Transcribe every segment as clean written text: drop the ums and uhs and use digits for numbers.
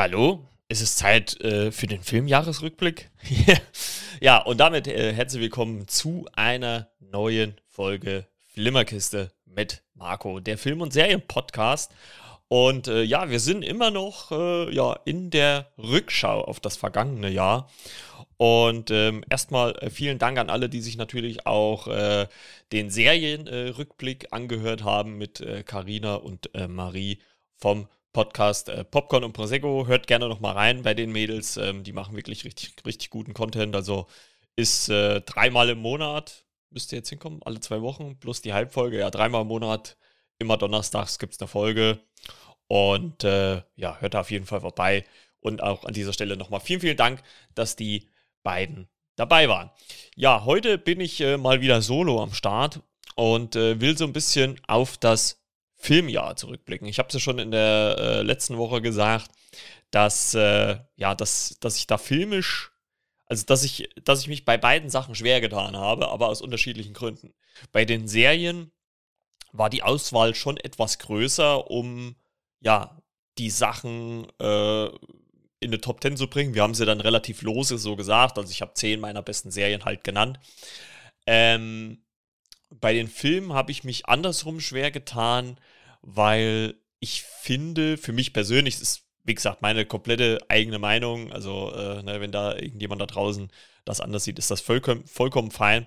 Hallo, es ist Zeit für den Filmjahresrückblick. Ja, und damit herzlich willkommen zu einer neuen Folge Flimmerkiste mit Marco, der Film- und Serienpodcast. Und ja, wir sind immer noch in der Rückschau auf das vergangene Jahr. Und erstmal vielen Dank an alle, die sich natürlich auch den Serienrückblick angehört haben mit Carina und Marie vom Podcast Popcorn und Prosecco. Hört gerne noch mal rein bei den Mädels. Die machen wirklich richtig, richtig guten Content. Also ist dreimal im Monat, müsste jetzt hinkommen, alle 2 Wochen, plus die Halbfolge. Ja, dreimal im Monat, immer donnerstags gibt es eine Folge. Und ja, hört da auf jeden Fall vorbei. Und auch an dieser Stelle nochmal vielen, vielen Dank, dass die beiden dabei waren. Ja, heute bin ich mal wieder solo am Start und will so ein bisschen auf das Filmjahr zurückblicken. Ich habe es ja schon in der letzten Woche gesagt, dass ich da filmisch, also dass ich mich bei beiden Sachen schwer getan habe, aber aus unterschiedlichen Gründen. Bei den Serien war die Auswahl schon etwas größer, um ja die Sachen in eine Top 10 zu bringen. Wir haben sie dann relativ lose so gesagt, also ich habe 10 meiner besten Serien halt genannt. Ähm, Bei den Filmen habe ich mich andersrum schwer getan, weil ich finde, für mich persönlich, das ist wie gesagt meine komplette eigene Meinung, also ne, wenn da irgendjemand da draußen das anders sieht, ist das vollkommen fein,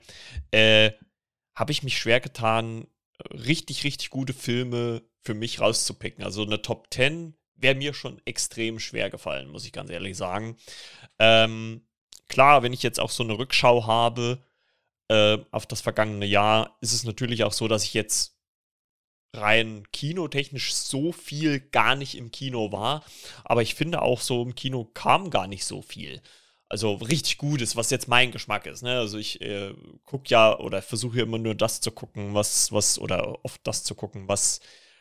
habe ich mich schwer getan, richtig, richtig gute Filme für mich rauszupicken. Also eine Top 10 wäre mir schon extrem schwer gefallen, muss ich ganz ehrlich sagen. Ähm, Klar, wenn ich jetzt auch so eine Rückschau habe auf das vergangene Jahr, ist es natürlich auch so, dass ich jetzt rein kinotechnisch so viel gar nicht im Kino war. Aber ich finde auch so im Kino kam gar nicht so viel. Also richtig Gutes, was jetzt mein Geschmack ist. Ne? Also ich gucke ja oder versuche immer nur das zu gucken, oder oft das zu gucken, was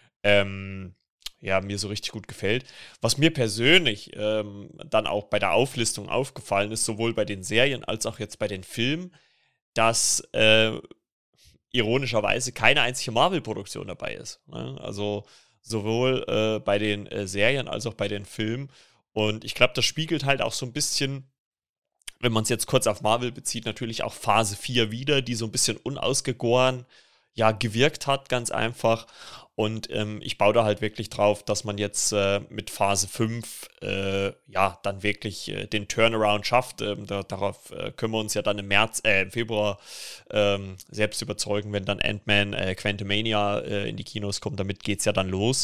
ja, mir so richtig gut gefällt. Was mir persönlich dann auch bei der Auflistung aufgefallen ist, sowohl bei den Serien als auch jetzt bei den Filmen, dass ironischerweise keine einzige Marvel-Produktion dabei ist. Ne? Also sowohl bei den Serien als auch bei den Filmen. Und ich glaube, das spiegelt halt auch so ein bisschen, wenn man es jetzt kurz auf Marvel bezieht, natürlich auch Phase 4 wieder, die so ein bisschen unausgegoren ja gewirkt hat, ganz einfach. Und ich baue da halt wirklich drauf, dass man jetzt mit Phase 5 ja dann wirklich den Turnaround schafft. Darauf können wir uns ja dann im Februar selbst überzeugen, wenn dann Ant-Man Quantumania in die Kinos kommt. Damit geht es ja dann los.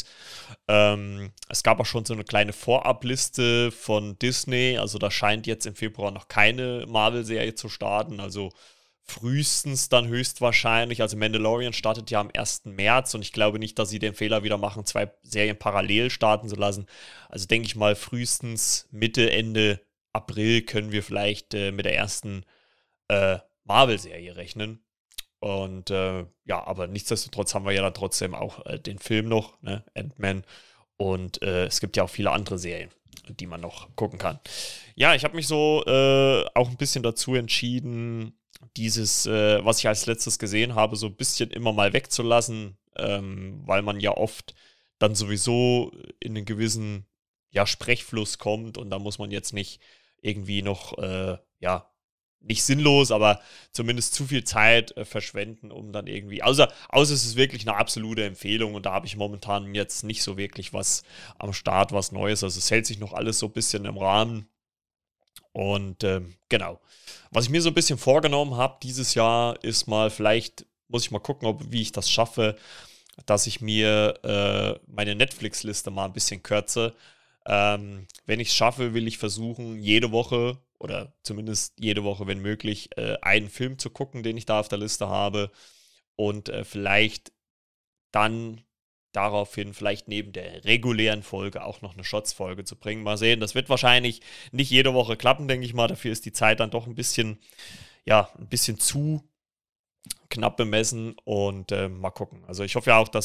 Es gab auch schon so eine kleine Vorabliste von Disney. Also da scheint jetzt im Februar noch keine Marvel-Serie zu starten. Also frühestens dann höchstwahrscheinlich, also Mandalorian startet ja am 1. März und ich glaube nicht, dass sie den Fehler wieder machen, 2 Serien parallel starten zu lassen. Also denke ich mal, frühestens Mitte, Ende April können wir vielleicht mit der ersten Marvel-Serie rechnen. Und ja, aber nichtsdestotrotz haben wir ja dann trotzdem auch den Film noch, ne? Ant-Man. Und es gibt ja auch viele andere Serien, die man noch gucken kann. Ja, ich habe mich so auch ein bisschen dazu entschieden, dieses, was ich als letztes gesehen habe, so ein bisschen immer mal wegzulassen, weil man ja oft dann sowieso in einen gewissen ja, Sprechfluss kommt und da muss man jetzt nicht irgendwie noch, ja, nicht sinnlos, aber zumindest zu viel Zeit verschwenden, um dann irgendwie, außer es ist wirklich eine absolute Empfehlung und da habe ich momentan jetzt nicht so wirklich was am Start, was Neues, also es hält sich noch alles so ein bisschen im Rahmen. Und genau. Was ich mir so ein bisschen vorgenommen habe dieses Jahr, ist mal, vielleicht muss ich mal gucken, wie ich das schaffe, dass ich mir meine Netflix-Liste mal ein bisschen kürze. Wenn ich es schaffe, will ich versuchen, jede Woche oder zumindest jede Woche, wenn möglich, einen Film zu gucken, den ich da auf der Liste habe. Und vielleicht dann daraufhin vielleicht neben der regulären Folge auch noch eine Shots-Folge zu bringen. Mal sehen, das wird wahrscheinlich nicht jede Woche klappen, denke ich mal. Dafür ist die Zeit dann doch ein bisschen, ja, ein bisschen zu knapp bemessen und mal gucken. Also ich hoffe ja auch,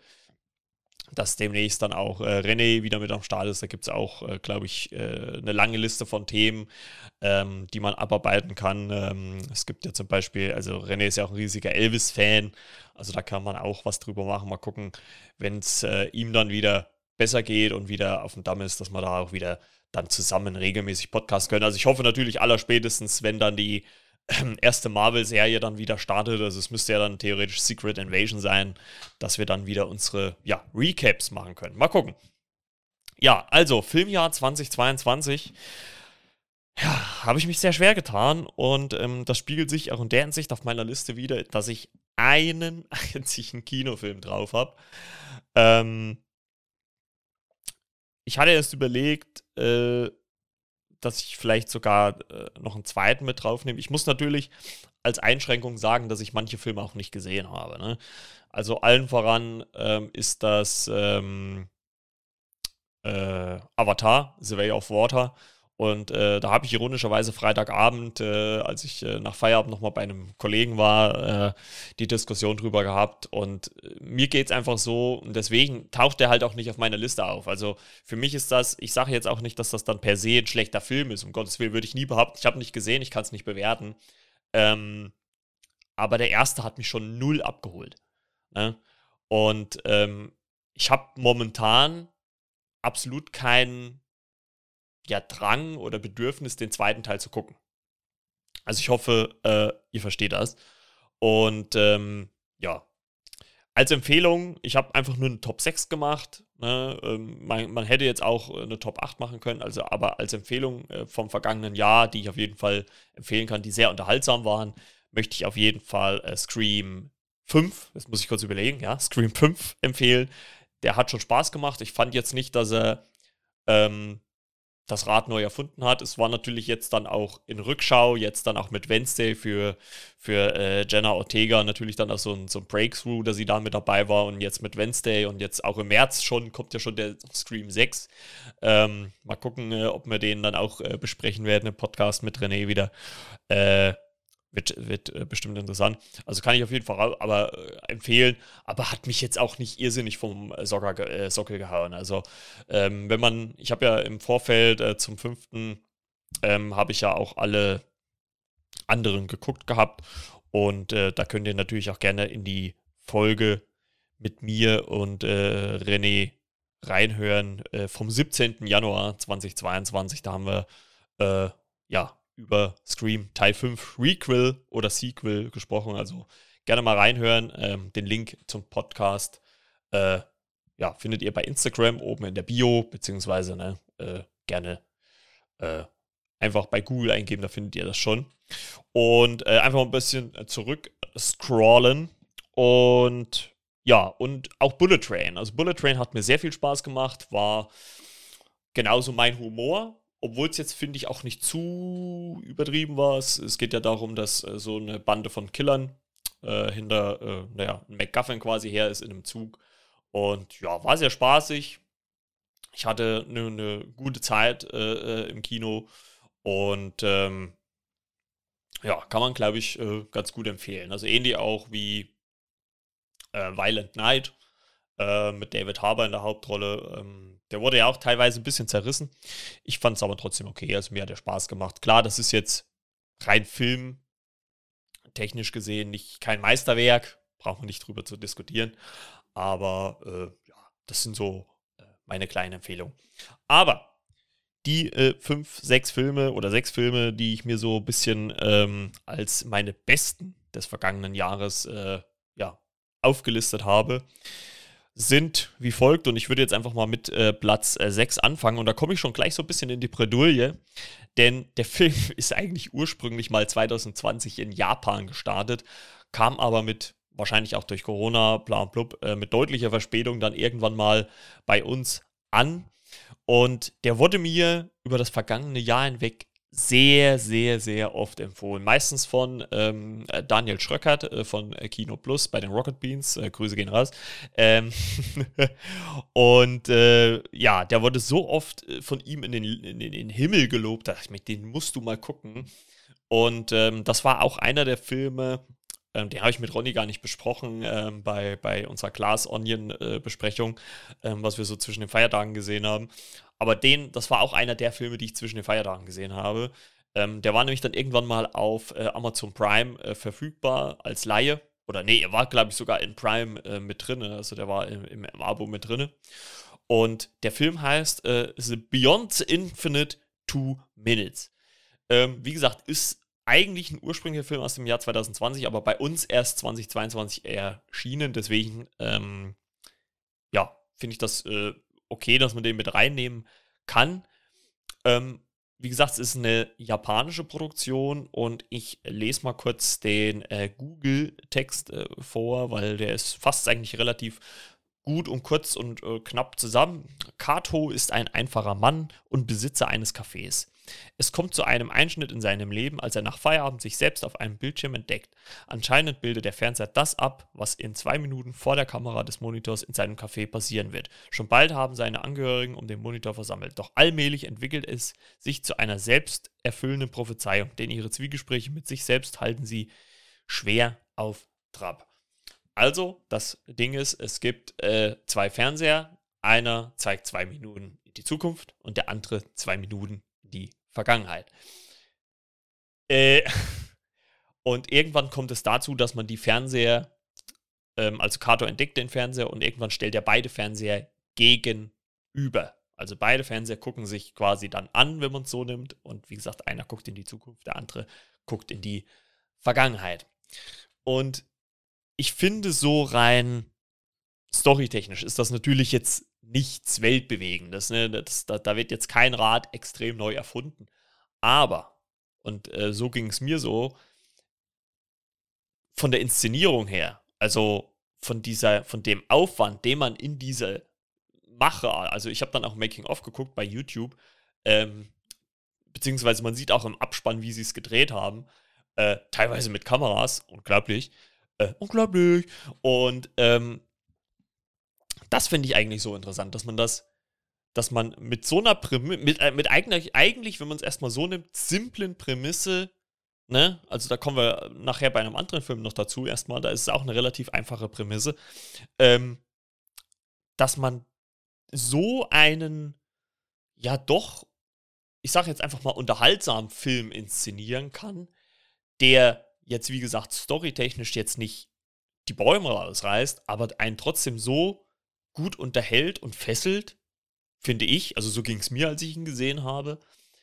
dass demnächst dann auch René wieder mit am Start ist. Da gibt es auch, glaube ich, eine lange Liste von Themen, die man abarbeiten kann. Es gibt ja zum Beispiel, also René ist ja auch ein riesiger Elvis-Fan, also da kann man auch was drüber machen. Mal gucken, wenn es ihm dann wieder besser geht und wieder auf dem Damm ist, dass wir da auch wieder dann zusammen regelmäßig podcasten können. Also ich hoffe natürlich allerspätestens, wenn dann die erste Marvel-Serie dann wieder startet, also es müsste ja dann theoretisch Secret Invasion sein, dass wir dann wieder unsere, ja, Recaps machen können. Mal gucken. Ja, also Filmjahr 2022, ja, habe ich mich sehr schwer getan und das spiegelt sich auch in der Hinsicht auf meiner Liste wieder, dass ich einen einzigen Kinofilm drauf habe. Ich hatte erst überlegt, dass ich vielleicht sogar noch einen zweiten mit draufnehme. Ich muss natürlich als Einschränkung sagen, dass ich manche Filme auch nicht gesehen habe. Ne? Also allen voran ist das Avatar, The Way of Water. Und da habe ich ironischerweise Freitagabend, als ich nach Feierabend nochmal bei einem Kollegen war, die Diskussion drüber gehabt. Und mir geht es einfach so, und deswegen taucht der halt auch nicht auf meiner Liste auf. Also für mich ist das, ich sage jetzt auch nicht, dass das dann per se ein schlechter Film ist. Um Gottes Willen würde ich nie behaupten. Ich habe nicht gesehen, ich kann es nicht bewerten. Aber der erste hat mich schon null abgeholt. Ne? Und ich habe momentan absolut keinen, ja, Drang oder Bedürfnis, den zweiten Teil zu gucken. Also ich hoffe, ihr versteht das. Und ja, als Empfehlung, ich habe einfach nur eine Top 6 gemacht. Ne? Man hätte jetzt auch eine Top 8 machen können, also aber als Empfehlung vom vergangenen Jahr, die ich auf jeden Fall empfehlen kann, die sehr unterhaltsam waren, möchte ich auf jeden Fall Scream 5, das muss ich kurz überlegen, ja, Scream 5 empfehlen. Der hat schon Spaß gemacht. Ich fand jetzt nicht, dass er das Rad neu erfunden hat. Es war natürlich jetzt dann auch in Rückschau, jetzt dann auch mit Wednesday für Jenna Ortega natürlich dann auch so ein Breakthrough, dass sie da mit dabei war, und jetzt mit Wednesday und jetzt auch im März schon, kommt ja schon der Scream 6. Mal gucken, ob wir den dann auch besprechen werden im Podcast mit René wieder. Wird bestimmt interessant. Also kann ich auf jeden Fall aber empfehlen, aber hat mich jetzt auch nicht irrsinnig vom Sockel gehauen. Also ich habe ja im Vorfeld zum 5. Habe ich ja auch alle anderen geguckt gehabt, und da könnt ihr natürlich auch gerne in die Folge mit mir und René reinhören vom 17. Januar 2022. Da haben wir ja über Scream Teil 5 Requel oder Sequel gesprochen. Also gerne mal reinhören. Den Link zum Podcast ja, findet ihr bei Instagram oben in der Bio, beziehungsweise gerne einfach bei Google eingeben, da findet ihr das schon. Und einfach ein bisschen zurück scrollen. Und ja, und auch Bullet Train. Also Bullet Train hat mir sehr viel Spaß gemacht, war genauso mein Humor, obwohl es jetzt, finde ich, auch nicht zu übertrieben war. Es geht ja darum, dass so eine Bande von Killern hinter, MacGuffin quasi her ist in einem Zug. Und ja, war sehr spaßig. Ich hatte eine gute Zeit im Kino, und ja, kann man, glaube ich, ganz gut empfehlen. Also ähnlich auch wie Violent Night mit David Harbour in der Hauptrolle. Der wurde ja auch teilweise ein bisschen zerrissen. Ich fand es aber trotzdem okay. Also mir hat der Spaß gemacht. Klar, das ist jetzt rein filmtechnisch gesehen kein Meisterwerk. Braucht man nicht drüber zu diskutieren. Aber ja, das sind so meine kleinen Empfehlungen. Aber die 6 Filme, die ich mir so ein bisschen als meine besten des vergangenen Jahres ja, aufgelistet habe, sind wie folgt, und ich würde jetzt einfach mal mit Platz 6 anfangen, und da komme ich schon gleich so ein bisschen in die Bredouille, denn der Film ist eigentlich ursprünglich mal 2020 in Japan gestartet, kam aber wahrscheinlich auch durch Corona, bla und blub, mit deutlicher Verspätung dann irgendwann mal bei uns an, und der wurde mir über das vergangene Jahr hinweg sehr, sehr, sehr oft empfohlen. Meistens von Daniel Schröckert von Kino Plus bei den Rocket Beans. Grüße gehen raus. Und ja, der wurde so oft von ihm in den Himmel gelobt, dass ich mir, den musst du mal gucken. Und das war auch einer der Filme, den habe ich mit Ronny gar nicht besprochen bei unserer Glass Onion Besprechung, was wir so zwischen den Feiertagen gesehen haben. Aber das war auch einer der Filme, die ich zwischen den Feiertagen gesehen habe. Der war nämlich dann irgendwann mal auf Amazon Prime verfügbar als Leihe. Oder nee, er war, glaube ich, sogar in Prime mit drin. Also der war im Abo mit drin. Und der Film heißt The Beyond the Infinite 2 Minutes. Wie gesagt, ist eigentlich ein ursprünglicher Film aus dem Jahr 2020, aber bei uns erst 2022 erschienen. Deswegen, ja, finde ich das okay, dass man den mit reinnehmen kann. Wie gesagt, es ist eine japanische Produktion und ich lese mal kurz den Google-Text vor, weil der ist fast eigentlich relativ gut und kurz und knapp zusammen. Kato ist ein einfacher Mann und Besitzer eines Cafés. Es kommt zu einem Einschnitt in seinem Leben, als er nach Feierabend sich selbst auf einem Bildschirm entdeckt. Anscheinend bildet der Fernseher das ab, was in 2 Minuten vor der Kamera des Monitors in seinem Café passieren wird. Schon bald haben seine Angehörigen um den Monitor versammelt, doch allmählich entwickelt es sich zu einer selbsterfüllenden Prophezeiung, denn ihre Zwiegespräche mit sich selbst halten sie schwer auf Trab. Also, das Ding ist, es gibt 2 Fernseher, einer zeigt 2 Minuten in die Zukunft und der andere 2 Minuten in die Vergangenheit. Äh, und irgendwann kommt es dazu, dass man die Fernseher, also Kato entdeckt den Fernseher und irgendwann stellt er beide Fernseher gegenüber. Also beide Fernseher gucken sich quasi dann an, wenn man es so nimmt. Und wie gesagt, einer guckt in die Zukunft, der andere guckt in die Vergangenheit. Und ich finde, so rein storytechnisch ist das natürlich jetzt nichts Weltbewegendes. Ne? Da wird jetzt kein Rad extrem neu erfunden. Aber, und so ging es mir so, von der Inszenierung her, also von dem Aufwand, den man in diese Mache, also ich habe dann auch Making-of geguckt bei YouTube, beziehungsweise man sieht auch im Abspann, wie sie es gedreht haben, teilweise mit Kameras, unglaublich, unglaublich. Und das finde ich eigentlich so interessant, dass man mit so einer Prämisse, mit eigentlich, wenn man es erstmal so nimmt, simplen Prämisse, ne, also da kommen wir nachher bei einem anderen Film noch dazu, erstmal, da ist es auch eine relativ einfache Prämisse, dass man so einen, ja doch, ich sage jetzt einfach mal, unterhaltsamen Film inszenieren kann, der jetzt, wie gesagt, storytechnisch jetzt nicht die Bäume rausreißt, aber einen trotzdem so gut unterhält und fesselt, finde ich, also so ging es mir, als ich ihn gesehen habe,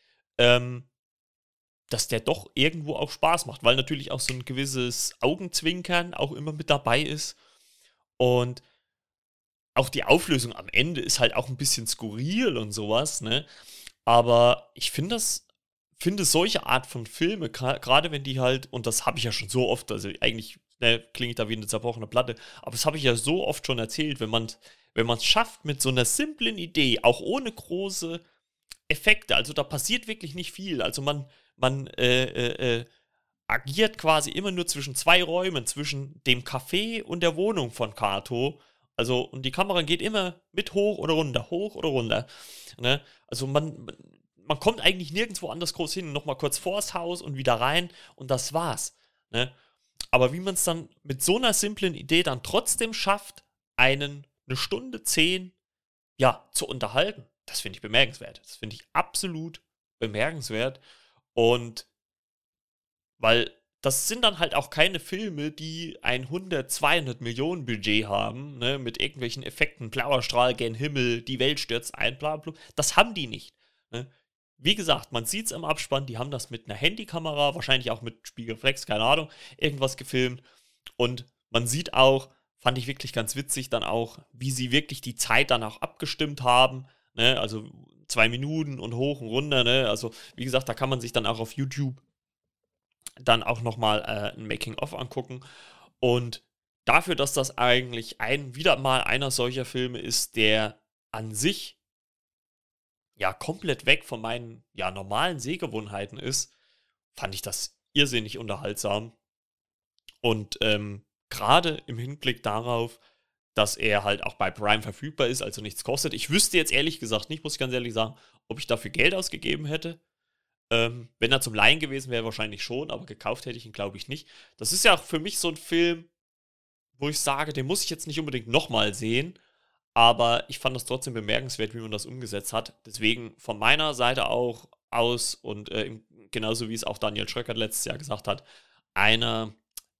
dass der doch irgendwo auch Spaß macht, weil natürlich auch so ein gewisses Augenzwinkern auch immer mit dabei ist und auch die Auflösung am Ende ist halt auch ein bisschen skurril und sowas, ne? Aber ich finde solche Art von Filme, gerade wenn die halt, und das habe ich ja schon so oft, also eigentlich klinge ich da wie eine zerbrochene Platte, aber das habe ich ja so oft schon erzählt, wenn man es schafft mit so einer simplen Idee, auch ohne große Effekte, also da passiert wirklich nicht viel, also man agiert quasi immer nur zwischen 2 Räumen, zwischen dem Café und der Wohnung von Kato. Also, und die Kamera geht immer mit hoch oder runter. Ne? Also man kommt eigentlich nirgendwo anders groß hin, nochmal kurz vors Haus und wieder rein und das war's. Ne? Aber wie man es dann mit so einer simplen Idee dann trotzdem schafft, einen 1 Stunde 10, ja, zu unterhalten, das finde ich bemerkenswert. Das finde ich absolut bemerkenswert. Und weil das sind dann halt auch keine Filme, die ein 100, 200 Millionen Budget haben, ne, mit irgendwelchen Effekten, blauer Strahl gen Himmel, die Welt stürzt ein, bla bla. Das haben die nicht. Ne? Wie gesagt, man sieht es im Abspann, die haben das mit einer Handykamera, wahrscheinlich auch mit Spiegelreflex, keine Ahnung, irgendwas gefilmt. Und man sieht auch, fand ich wirklich ganz witzig, dann auch, wie sie wirklich die Zeit dann auch abgestimmt haben. Ne? Also 2 Minuten und hoch und runter. Ne? Also, wie gesagt, da kann man sich dann auch auf YouTube dann auch nochmal ein Making-of angucken. Und dafür, dass das eigentlich wieder mal einer solcher Filme ist, der an sich ja komplett weg von meinen ja normalen Sehgewohnheiten ist, fand ich das irrsinnig unterhaltsam. Und gerade im Hinblick darauf, dass er halt auch bei Prime verfügbar ist, also nichts kostet. Ich wüsste jetzt ehrlich gesagt nicht, muss ich ganz ehrlich sagen, ob ich dafür Geld ausgegeben hätte. Wenn er zum Leihen gewesen wäre, wahrscheinlich schon, aber gekauft hätte ich ihn, glaube ich, nicht. Das ist ja auch für mich so ein Film, wo ich sage, den muss ich jetzt nicht unbedingt nochmal sehen, aber ich fand das trotzdem bemerkenswert, wie man das umgesetzt hat. Deswegen von meiner Seite auch aus und genauso wie es auch Daniel Schröckert letztes Jahr gesagt hat, einer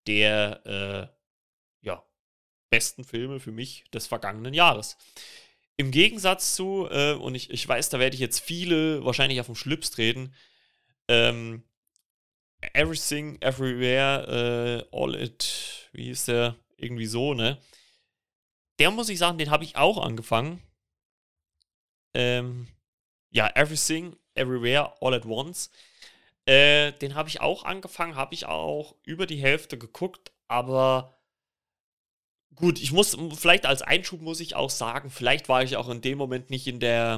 der ja, besten Filme für mich des vergangenen Jahres. Im Gegensatz zu, und ich weiß, da werde ich jetzt viele wahrscheinlich auf den Schlips treten, ähm, Everything, Everywhere, All It, wie hieß der? Irgendwie so, ne? Der muss ich sagen, den habe ich auch angefangen. Ähm, ja, Everything, Everywhere, All at Once. Den habe ich auch angefangen, habe ich auch über die Hälfte geguckt, aber gut, ich muss, vielleicht als Einschub muss ich auch sagen, vielleicht war ich auch in dem Moment nicht in der,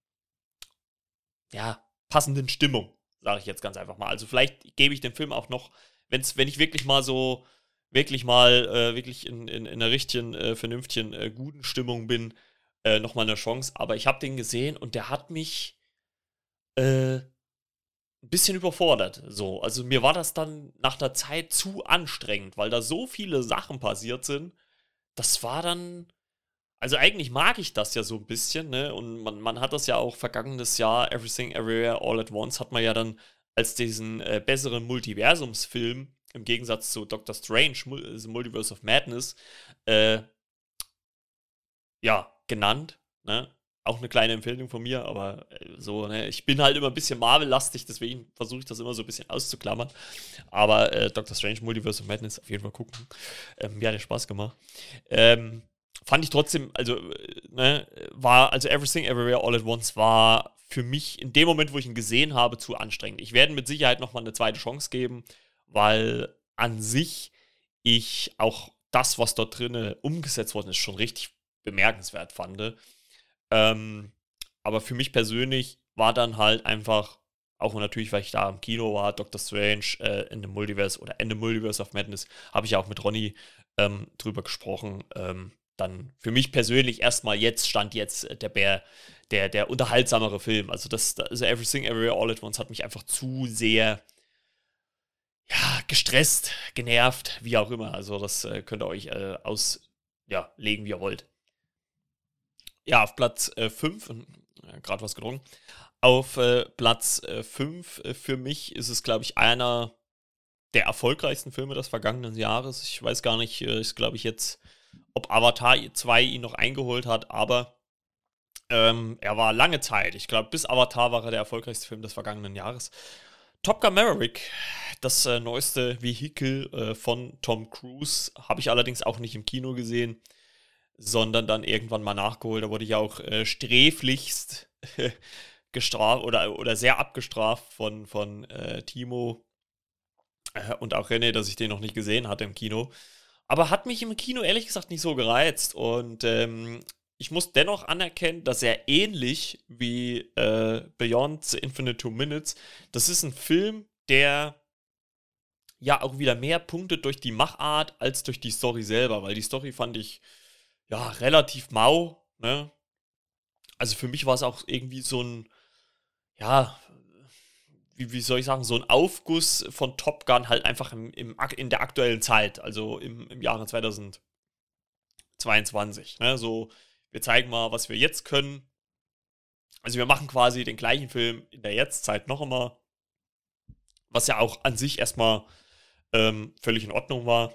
ja, passenden Stimmung, sage ich jetzt ganz einfach mal. Also vielleicht gebe ich dem Film auch noch, wenn ich wirklich mal so, wirklich in einer richtigen, vernünftigen, guten Stimmung bin, nochmal eine Chance. Aber ich habe den gesehen und der hat mich ein bisschen überfordert. So, also mir war das dann nach der Zeit zu anstrengend, weil da so viele Sachen passiert sind. Das war dann, also eigentlich mag ich das ja so ein bisschen, ne? Und man hat das ja auch vergangenes Jahr, Everything Everywhere All at Once, hat man ja dann als diesen besseren Multiversumsfilm, im Gegensatz zu Doctor Strange, The Multiverse of Madness, äh, ja, genannt, ne? Auch eine kleine Empfehlung von mir, aber so, ne? Ich bin halt immer ein bisschen Marvel-lastig, deswegen versuche ich das immer so ein bisschen auszuklammern. Aber Doctor Strange, Multiverse of Madness, auf jeden Fall gucken. Mir hat der Spaß gemacht. Fand ich trotzdem, also, ne, also Everything Everywhere All at Once war für mich in dem Moment, wo ich ihn gesehen habe, zu anstrengend. Ich werde mit Sicherheit nochmal eine zweite Chance geben, weil an sich ich auch das, was dort drin umgesetzt worden ist, schon richtig bemerkenswert fand. Ähm, aber für mich persönlich war dann halt einfach, auch natürlich, weil ich da im Kino war, Doctor Strange in the Multiverse oder in the Multiverse of Madness, habe ich ja auch mit Ronny drüber gesprochen. Dann für mich persönlich erstmal jetzt, Stand jetzt, der unterhaltsamere Film. Also Everything Everywhere All at Once hat mich einfach zu sehr, ja, gestresst, genervt, wie auch immer. Also das könnt ihr euch ja, legen, wie ihr wollt. Ja, auf Platz 5, gerade was getrunken. Auf Platz 5 für mich ist es, glaube ich, einer der erfolgreichsten Filme des vergangenen Jahres. Ich weiß gar nicht, ist, glaube ich, jetzt, ob Avatar 2 ihn noch eingeholt hat, aber er war lange Zeit, ich glaube, bis Avatar war er der erfolgreichste Film des vergangenen Jahres. Top Gun Maverick, das neueste Vehikel von Tom Cruise, habe ich allerdings auch nicht im Kino gesehen, sondern dann irgendwann mal nachgeholt. Da wurde ich auch sträflichst gestraft oder sehr abgestraft von Timo und auch René, dass ich den noch nicht gesehen hatte im Kino. Aber hat mich im Kino ehrlich gesagt nicht so gereizt. Und ich muss dennoch anerkennen, dass er ähnlich wie Beyond the Infinite Two Minutes, das ist ein Film, der ja auch wieder mehr punktet durch die Machart als durch die Story selber, weil die Story fand ich ja relativ mau, ne? Also für mich war es auch irgendwie so ein, ja, wie soll ich sagen, so ein Aufguss von Top Gun halt einfach in der aktuellen Zeit, also im Jahre 2022. Ne? So, wir zeigen mal, was wir jetzt können. Also wir machen quasi den gleichen Film in der Jetztzeit noch einmal, was ja auch an sich erstmal völlig in Ordnung war.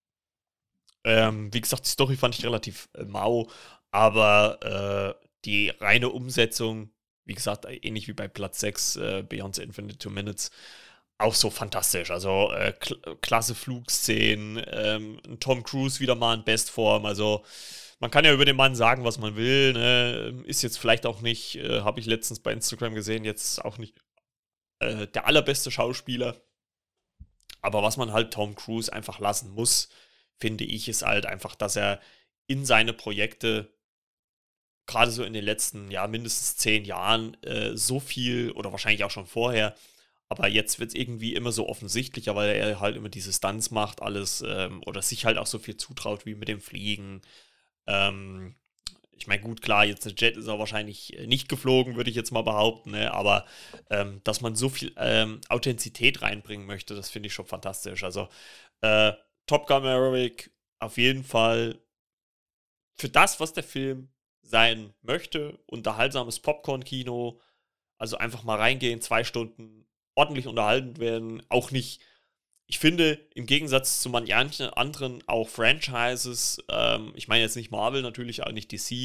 Wie gesagt, die Story fand ich relativ mau, aber die reine Umsetzung, wie gesagt, ähnlich wie bei Platz 6, Beyond the Infinite Two Minutes, auch so fantastisch. Also klasse Flugszenen, Tom Cruise wieder mal in Bestform. Also man kann ja über den Mann sagen, was man will. Ne? Ist jetzt vielleicht auch nicht, habe ich letztens bei Instagram gesehen, jetzt auch nicht der allerbeste Schauspieler. Aber was man halt Tom Cruise einfach lassen muss, finde ich, ist halt einfach, dass er in seine Projekte, gerade so in den letzten, ja, mindestens 10 Jahren, so viel, oder wahrscheinlich auch schon vorher, aber jetzt wird es irgendwie immer so offensichtlicher, weil er halt immer diese Stunts macht, alles, oder sich halt auch so viel zutraut wie mit dem Fliegen. Ähm, Ich meine, gut, klar, jetzt der Jet ist er wahrscheinlich nicht geflogen, würde ich jetzt mal behaupten, ne? Aber dass man so viel Authentizität reinbringen möchte, das finde ich schon fantastisch. Also Top Gun Maverick auf jeden Fall für das, was der Film sein möchte, unterhaltsames Popcorn-Kino, also einfach mal reingehen, 2 Stunden ordentlich unterhalten werden, auch nicht. Ich finde, im Gegensatz zu manchen anderen auch Franchises, ich meine jetzt nicht Marvel, natürlich auch nicht DC,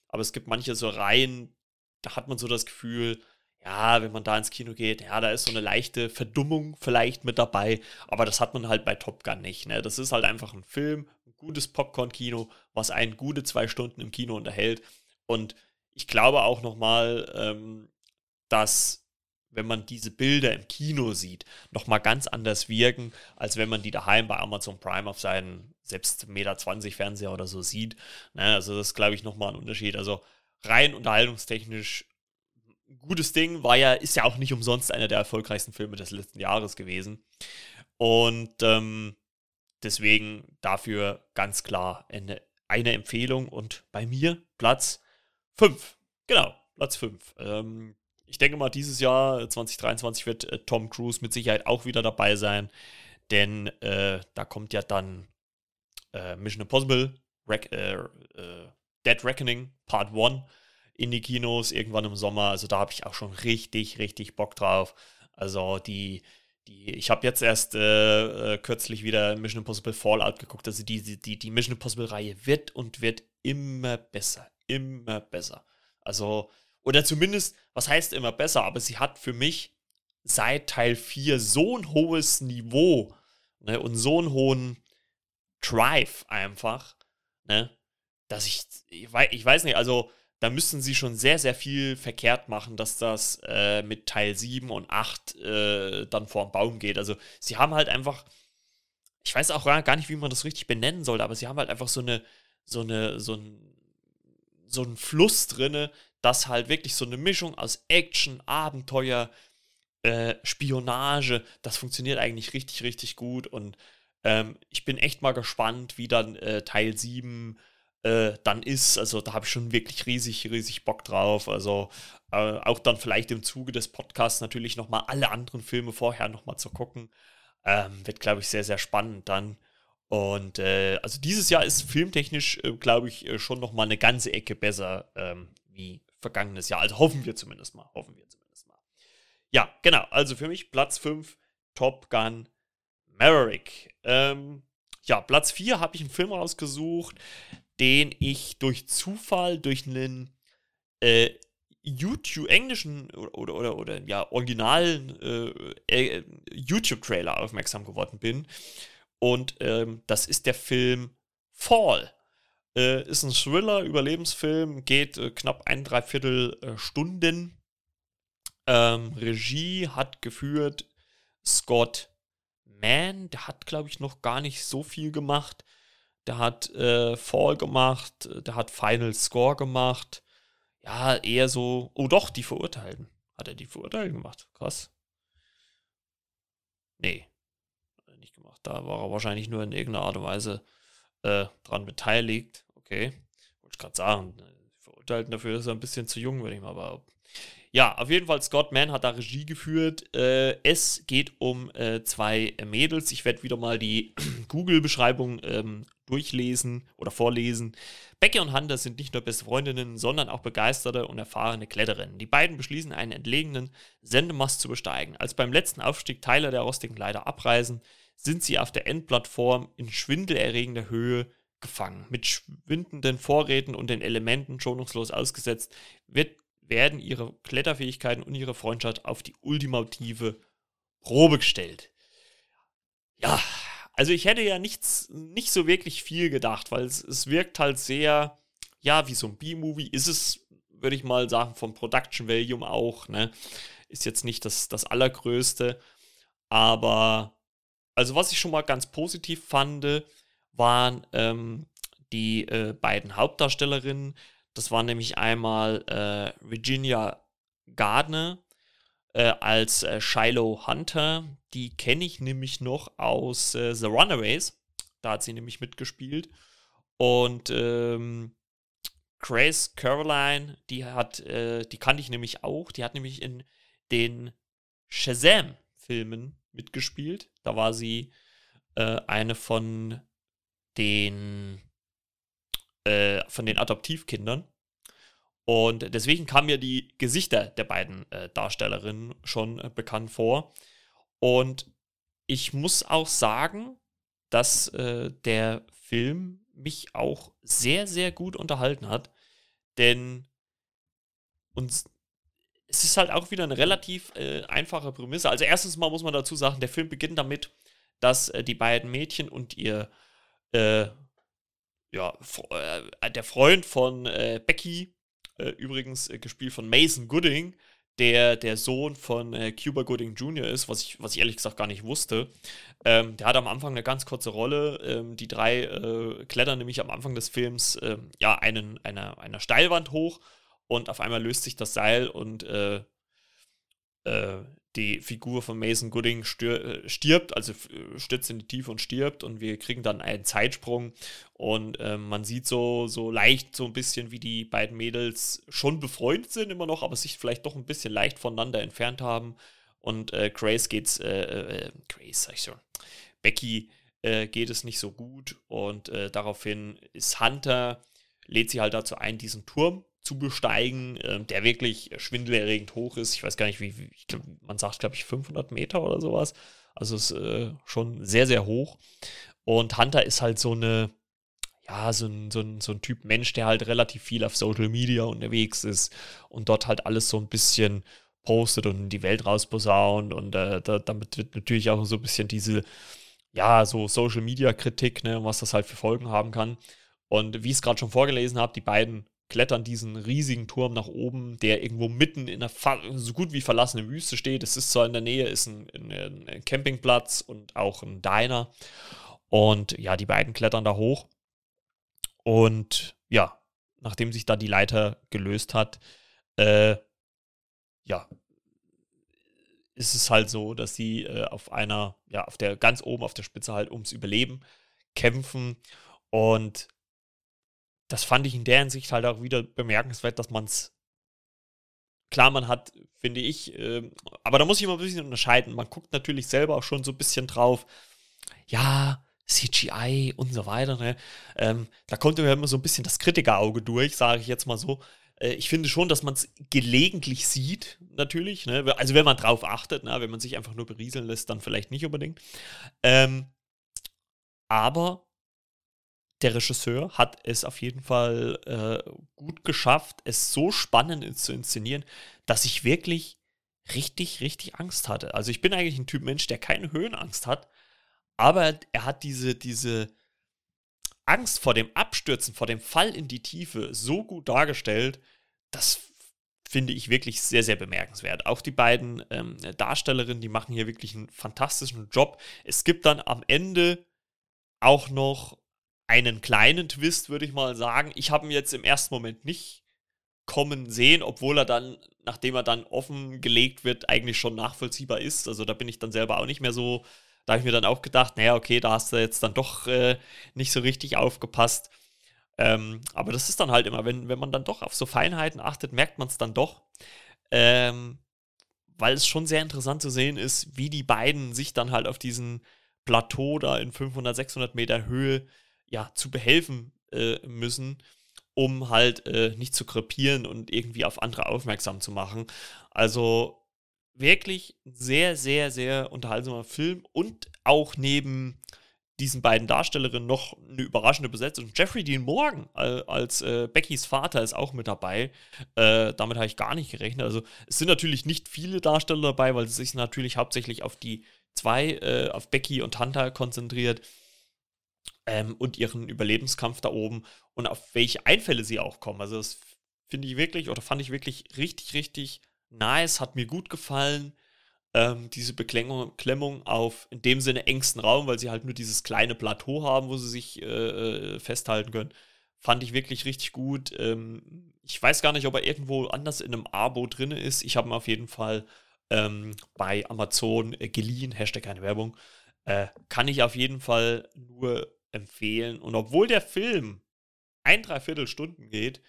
aber es gibt manche so Reihen, da hat man so das Gefühl, ja, wenn man da ins Kino geht, ja, da ist so eine leichte Verdummung vielleicht mit dabei, aber das hat man halt bei Top Gun nicht, ne? Das ist halt einfach ein Film, ein gutes Popcorn-Kino, was einen gute 2 Stunden im Kino unterhält. Und ich glaube auch nochmal, dass, wenn man diese Bilder im Kino sieht, nochmal ganz anders wirken, als wenn man die daheim bei Amazon Prime auf seinen selbst 1,20 m Fernseher oder so sieht. Ne, also das ist, glaube ich, nochmal ein Unterschied. Also rein unterhaltungstechnisch ein gutes Ding, ist ja auch nicht umsonst einer der erfolgreichsten Filme des letzten Jahres gewesen. Und deswegen dafür ganz klar eine Empfehlung. Und bei mir Platz 5. Genau, Platz 5. Ich denke mal, dieses Jahr 2023 wird Tom Cruise mit Sicherheit auch wieder dabei sein, denn da kommt ja dann Mission Impossible, Dead Reckoning Part 1 in die Kinos irgendwann im Sommer. Also da habe ich auch schon richtig, richtig Bock drauf. Also ich habe jetzt erst kürzlich wieder Mission Impossible Fallout geguckt. Also die Mission Impossible-Reihe wird und wird immer besser. Immer besser. Also, oder zumindest, was heißt immer besser, aber sie hat für mich seit Teil 4 so ein hohes Niveau, ne, und so einen hohen Drive einfach, ne, dass ich weiß nicht, also da müssten sie schon sehr, sehr viel verkehrt machen, dass das mit Teil 7 und 8 dann vorm Baum geht. Also sie haben halt einfach, ich weiß auch gar nicht, wie man das richtig benennen sollte, aber sie haben halt einfach so eine, so ein, so einen Fluss drinne, dass halt wirklich so eine Mischung aus Action, Abenteuer, Spionage, das funktioniert eigentlich richtig, richtig gut und ich bin echt mal gespannt, wie dann Teil 7 dann ist. Also da habe ich schon wirklich riesig, riesig Bock drauf. Also auch dann vielleicht im Zuge des Podcasts natürlich nochmal alle anderen Filme vorher nochmal zu gucken. Wird, glaube ich, sehr, sehr spannend dann. Und also dieses Jahr ist filmtechnisch, glaube ich, schon nochmal eine ganze Ecke besser wie vergangenes Jahr. Also hoffen wir zumindest mal. Hoffen wir zumindest mal. Ja, genau. Also für mich Platz 5, Top Gun Maverick. Ja, Platz 4 habe ich einen Film rausgesucht, den ich durch Zufall, durch einen YouTube, englischen oder ja, originalen YouTube-Trailer aufmerksam geworden bin. Und das ist der Film Fall. Ist ein Thriller, Überlebensfilm, geht knapp 1,75 Stunden. Regie hat geführt Scott Mann, der hat, glaube ich, noch gar nicht so viel gemacht. Der hat Fall gemacht, der hat Final Score gemacht. Ja, eher so. Oh doch, die Verurteilten. Hat er die Verurteilten gemacht? Krass. Nee, hat er nicht gemacht. Da war er wahrscheinlich nur in irgendeiner Art und Weise dran beteiligt. Okay. Wollte ich gerade sagen. Die Verurteilten dafür ist er ein bisschen zu jung, würde ich mal behaupten. Ja, auf jeden Fall, Scott Mann hat da Regie geführt. Es geht um 2 Mädels. Ich werde wieder mal die Google-Beschreibung durchlesen oder vorlesen. Becky und Hunter sind nicht nur beste Freundinnen, sondern auch begeisterte und erfahrene Kletterinnen. Die beiden beschließen, einen entlegenen Sendemast zu besteigen. Als beim letzten Aufstieg Teile der rostigen Leiter abreißen, sind sie auf der Endplattform in schwindelerregender Höhe gefangen. Mit schwindenden Vorräten und den Elementen schonungslos ausgesetzt, werden ihre Kletterfähigkeiten und ihre Freundschaft auf die ultimative Probe gestellt. Ja, also ich hätte ja nicht so wirklich viel gedacht, weil es wirkt halt sehr, ja, wie so ein B-Movie. Ist es, würde ich mal sagen, vom Production Value auch, ne? Ist jetzt nicht das Allergrößte, aber also was ich schon mal ganz positiv fand, waren die beiden Hauptdarstellerinnen. Das war nämlich einmal Virginia Gardner als Shiloh Hunter. Die kenne ich nämlich noch aus The Runaways. Da hat sie nämlich mitgespielt. Und Grace Caroline, die kannte ich nämlich auch. Die hat nämlich in den Shazam-Filmen mitgespielt. Da war sie eine von den Adoptivkindern. Und deswegen kamen mir die Gesichter der beiden Darstellerinnen schon bekannt vor. Und ich muss auch sagen, dass der Film mich auch sehr, sehr gut unterhalten hat. denn uns es ist halt auch wieder eine relativ einfache Prämisse. Also erstens mal muss man dazu sagen, der Film beginnt damit, dass die beiden Mädchen und ihr äh, der Freund von Becky, übrigens gespielt von Mason Gooding, der Sohn von Cuba Gooding Jr. ist, was ich ehrlich gesagt gar nicht wusste. Der hat am Anfang eine ganz kurze Rolle. Die drei klettern nämlich am Anfang des Films einer Steilwand hoch und auf einmal löst sich das Seil und äh, die Figur von Mason Gooding stirbt, also stürzt in die Tiefe und stirbt und wir kriegen dann einen Zeitsprung und man sieht so leicht so ein bisschen, wie die beiden Mädels schon befreundet sind immer noch, aber sich vielleicht doch ein bisschen leicht voneinander entfernt haben und Grace, sag ich schon, Becky geht es nicht so gut und daraufhin ist Hunter, lädt sie halt dazu ein, diesen Turm zu besteigen, der wirklich schwindelerregend hoch ist. Ich weiß gar nicht, man sagt, glaube ich, 500 Meter oder sowas. Also ist schon sehr, sehr hoch. Und Hunter ist halt so ein Typ Mensch, der halt relativ viel auf Social Media unterwegs ist und dort halt alles so ein bisschen postet und in die Welt rausposaunt. Und damit wird natürlich auch so ein bisschen diese, ja, so Social Media Kritik, ne, was das halt für Folgen haben kann. Und wie ich es gerade schon vorgelesen habe, die beiden klettern diesen riesigen Turm nach oben, der irgendwo mitten in einer so gut wie verlassenen Wüste steht. Es ist zwar in der Nähe, ist ein Campingplatz und auch ein Diner. Und ja, die beiden klettern da hoch. Und ja, nachdem sich da die Leiter gelöst hat, äh, ja, ist es halt so, dass sie ganz oben auf der Spitze halt ums Überleben kämpfen. Und das fand ich in der Hinsicht halt auch wieder bemerkenswert, dass man es, klar, man hat, finde ich, aber da muss ich immer ein bisschen unterscheiden. Man guckt natürlich selber auch schon so ein bisschen drauf, ja, CGI und so weiter, ne? Da kommt mir immer so ein bisschen das Kritikerauge durch, sage ich jetzt mal so. Ich finde schon, dass man es gelegentlich sieht, natürlich, ne? Also wenn man drauf achtet, ne? Wenn man sich einfach nur berieseln lässt, dann vielleicht nicht unbedingt. Ähm, aber der Regisseur hat es auf jeden Fall gut geschafft, es so spannend zu inszenieren, dass ich wirklich richtig, richtig Angst hatte. Also ich bin eigentlich ein Typ Mensch, der keine Höhenangst hat, aber er hat diese Angst vor dem Abstürzen, vor dem Fall in die Tiefe so gut dargestellt, das finde ich wirklich sehr, sehr bemerkenswert. Auch die beiden Darstellerinnen, die machen hier wirklich einen fantastischen Job. Es gibt dann am Ende auch noch einen kleinen Twist, würde ich mal sagen. Ich habe ihn jetzt im ersten Moment nicht kommen sehen, obwohl er dann, nachdem er dann offengelegt wird, eigentlich schon nachvollziehbar ist. Also da bin ich dann selber auch nicht mehr so, da habe ich mir dann auch gedacht, naja, okay, da hast du jetzt dann doch nicht so richtig aufgepasst. Aber das ist dann halt immer, wenn man dann doch auf so Feinheiten achtet, merkt man es dann doch. Ähm, Weil es schon sehr interessant zu sehen ist, wie die beiden sich dann halt auf diesem Plateau da in 500, 600 Meter Höhe ja zu behelfen müssen, um halt nicht zu krepieren und irgendwie auf andere aufmerksam zu machen. Also wirklich sehr, sehr, sehr unterhaltsamer Film und auch neben diesen beiden Darstellerinnen noch eine überraschende Besetzung. Jeffrey Dean Morgan als Beckys Vater ist auch mit dabei. Damit habe ich gar nicht gerechnet. Also es sind natürlich nicht viele Darsteller dabei, weil es sich natürlich hauptsächlich auf die zwei, auf Becky und Hunter konzentriert und ihren Überlebenskampf da oben und auf welche Einfälle sie auch kommen. Also das finde ich wirklich oder fand ich wirklich richtig, richtig nice, hat mir gut gefallen diese Beklemmung auf in dem Sinne engsten Raum, weil sie halt nur dieses kleine Plateau haben, wo sie sich festhalten können. Fand ich wirklich richtig gut. Ich weiß gar nicht, ob er irgendwo anders in einem Abo drin ist. Ich habe ihn auf jeden Fall bei Amazon geliehen. Hashtag keine Werbung. Kann ich auf jeden Fall nur empfehlen. Und obwohl der Film 1,75 Stunden geht,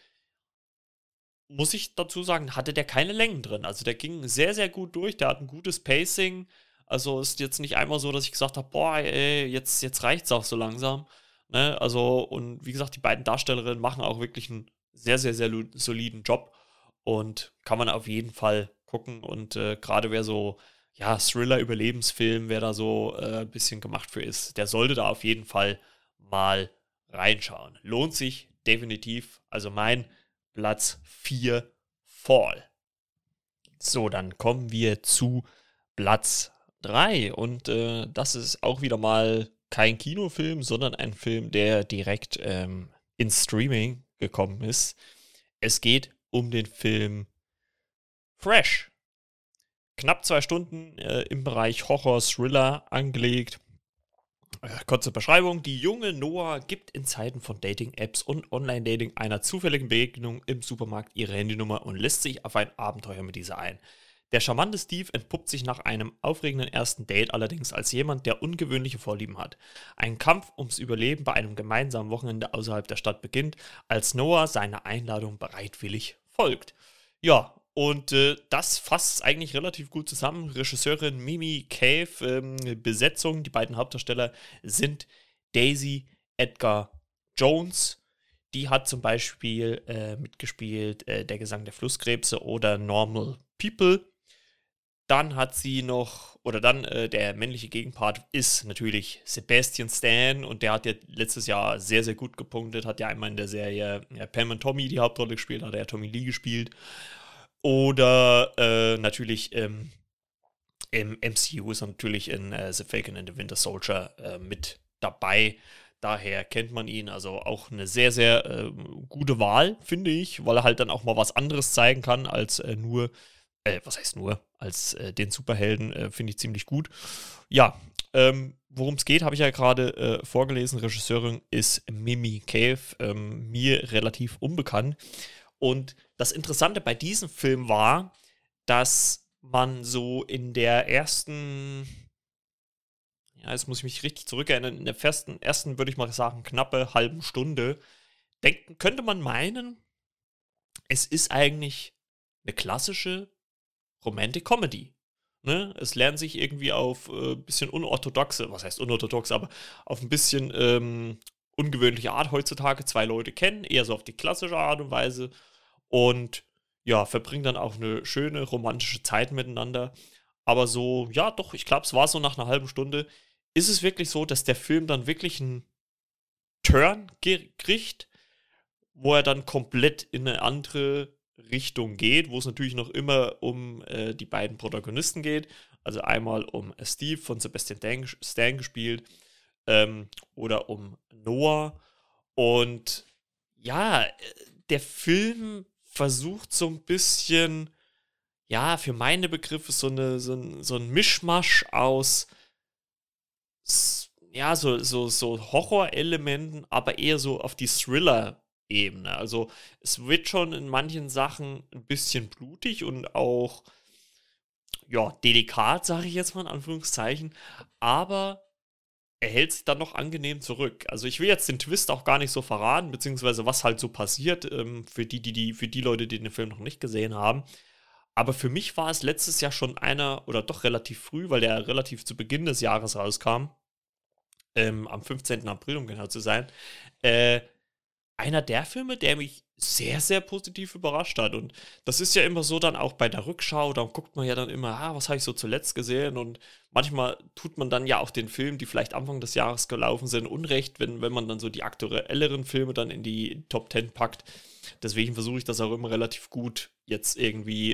muss ich dazu sagen, hatte der keine Längen drin. Also der ging sehr, sehr gut durch. Der hat ein gutes Pacing. Also ist jetzt nicht einmal so, dass ich gesagt habe, boah, ey, jetzt reicht's auch so langsam. Ne? Also, und wie gesagt, die beiden Darstellerinnen machen auch wirklich einen sehr, sehr, sehr soliden Job. Und kann man auf jeden Fall gucken. Und gerade wer so, ja, Thriller-Überlebensfilm, wer da so ein bisschen gemacht für ist, der sollte da auf jeden Fall mal reinschauen. Lohnt sich definitiv. Also mein Platz 4 Fall. So, dann kommen wir zu Platz 3 und das ist auch wieder mal kein Kinofilm, sondern ein Film, der direkt ins Streaming gekommen ist. Es geht um den Film Fresh. Knapp 2 Stunden im Bereich Horror-Thriller angelegt. Kurze Beschreibung. Die junge Noah gibt in Zeiten von Dating-Apps und Online-Dating einer zufälligen Begegnung im Supermarkt ihre Handynummer und lässt sich auf ein Abenteuer mit dieser ein. Der charmante Steve entpuppt sich nach einem aufregenden ersten Date allerdings als jemand, der ungewöhnliche Vorlieben hat. Ein Kampf ums Überleben bei einem gemeinsamen Wochenende außerhalb der Stadt beginnt, als Noah seiner Einladung bereitwillig folgt. Ja, und das fasst es eigentlich relativ gut zusammen. Regisseurin Mimi Cave, Besetzung, die beiden Hauptdarsteller sind Daisy Edgar Jones. Die hat zum Beispiel mitgespielt Der Gesang der Flusskrebse oder Normal People. Dann hat sie noch, oder dann der männliche Gegenpart ist natürlich Sebastian Stan und der hat ja letztes Jahr sehr, sehr gut gepunktet, hat ja einmal in der Serie Pam und Tommy die Hauptrolle gespielt, hat er Tommy Lee gespielt. Oder natürlich im MCU ist er natürlich in The Falcon and the Winter Soldier mit dabei. Daher kennt man ihn, also auch eine sehr, sehr gute Wahl, finde ich, weil er halt dann auch mal was anderes zeigen kann als als den Superhelden, finde ich ziemlich gut. Ja, worum es geht, habe ich ja gerade vorgelesen. Regisseurin ist Mimi Cave, mir relativ unbekannt. Und das Interessante bei diesem Film war, dass man so in der ersten, ja, jetzt muss ich mich richtig zurückerinnern, in der ersten würde ich mal sagen, knappe halben Stunde, könnte man meinen, es ist eigentlich eine klassische Romantic Comedy. Ne? Es lernen sich irgendwie auf bisschen unorthodoxe, was heißt unorthodox, aber auf ein bisschen ungewöhnliche Art heutzutage zwei Leute kennen, eher so auf die klassische Art und Weise und ja, verbringen dann auch eine schöne romantische Zeit miteinander. Aber so, ja, doch, ich glaube, es war so nach einer halben Stunde, ist es wirklich so, dass der Film dann wirklich einen Turn kriegt, wo er dann komplett in eine andere Richtung geht, wo es natürlich noch immer um die beiden Protagonisten geht. Also einmal um Steve von Sebastian Stan gespielt oder um Noah. Und ja, der Film versucht so ein bisschen, ja, für meine Begriffe so ein Mischmasch aus ja, so Horrorelementen, aber eher so auf die Thriller-Ebene. Also es wird schon in manchen Sachen ein bisschen blutig und auch, ja, delikat, sage ich jetzt mal in Anführungszeichen, aber er hält sich dann noch angenehm zurück. Also ich will jetzt den Twist auch gar nicht so verraten, beziehungsweise was halt so passiert, für die Leute, die den Film noch nicht gesehen haben. Aber für mich war es letztes Jahr schon einer, oder doch relativ früh, weil der relativ zu Beginn des Jahres rauskam, am 15. April, um genau zu sein, äh, einer der Filme, der mich sehr, sehr positiv überrascht hat. Und das ist ja immer so dann auch bei der Rückschau, da guckt man ja dann immer, was habe ich so zuletzt gesehen? Und manchmal tut man dann ja auch den Filmen, die vielleicht Anfang des Jahres gelaufen sind, Unrecht, wenn man dann so die aktuelleren Filme dann in die Top 10 packt. Deswegen versuche ich das auch immer relativ gut jetzt irgendwie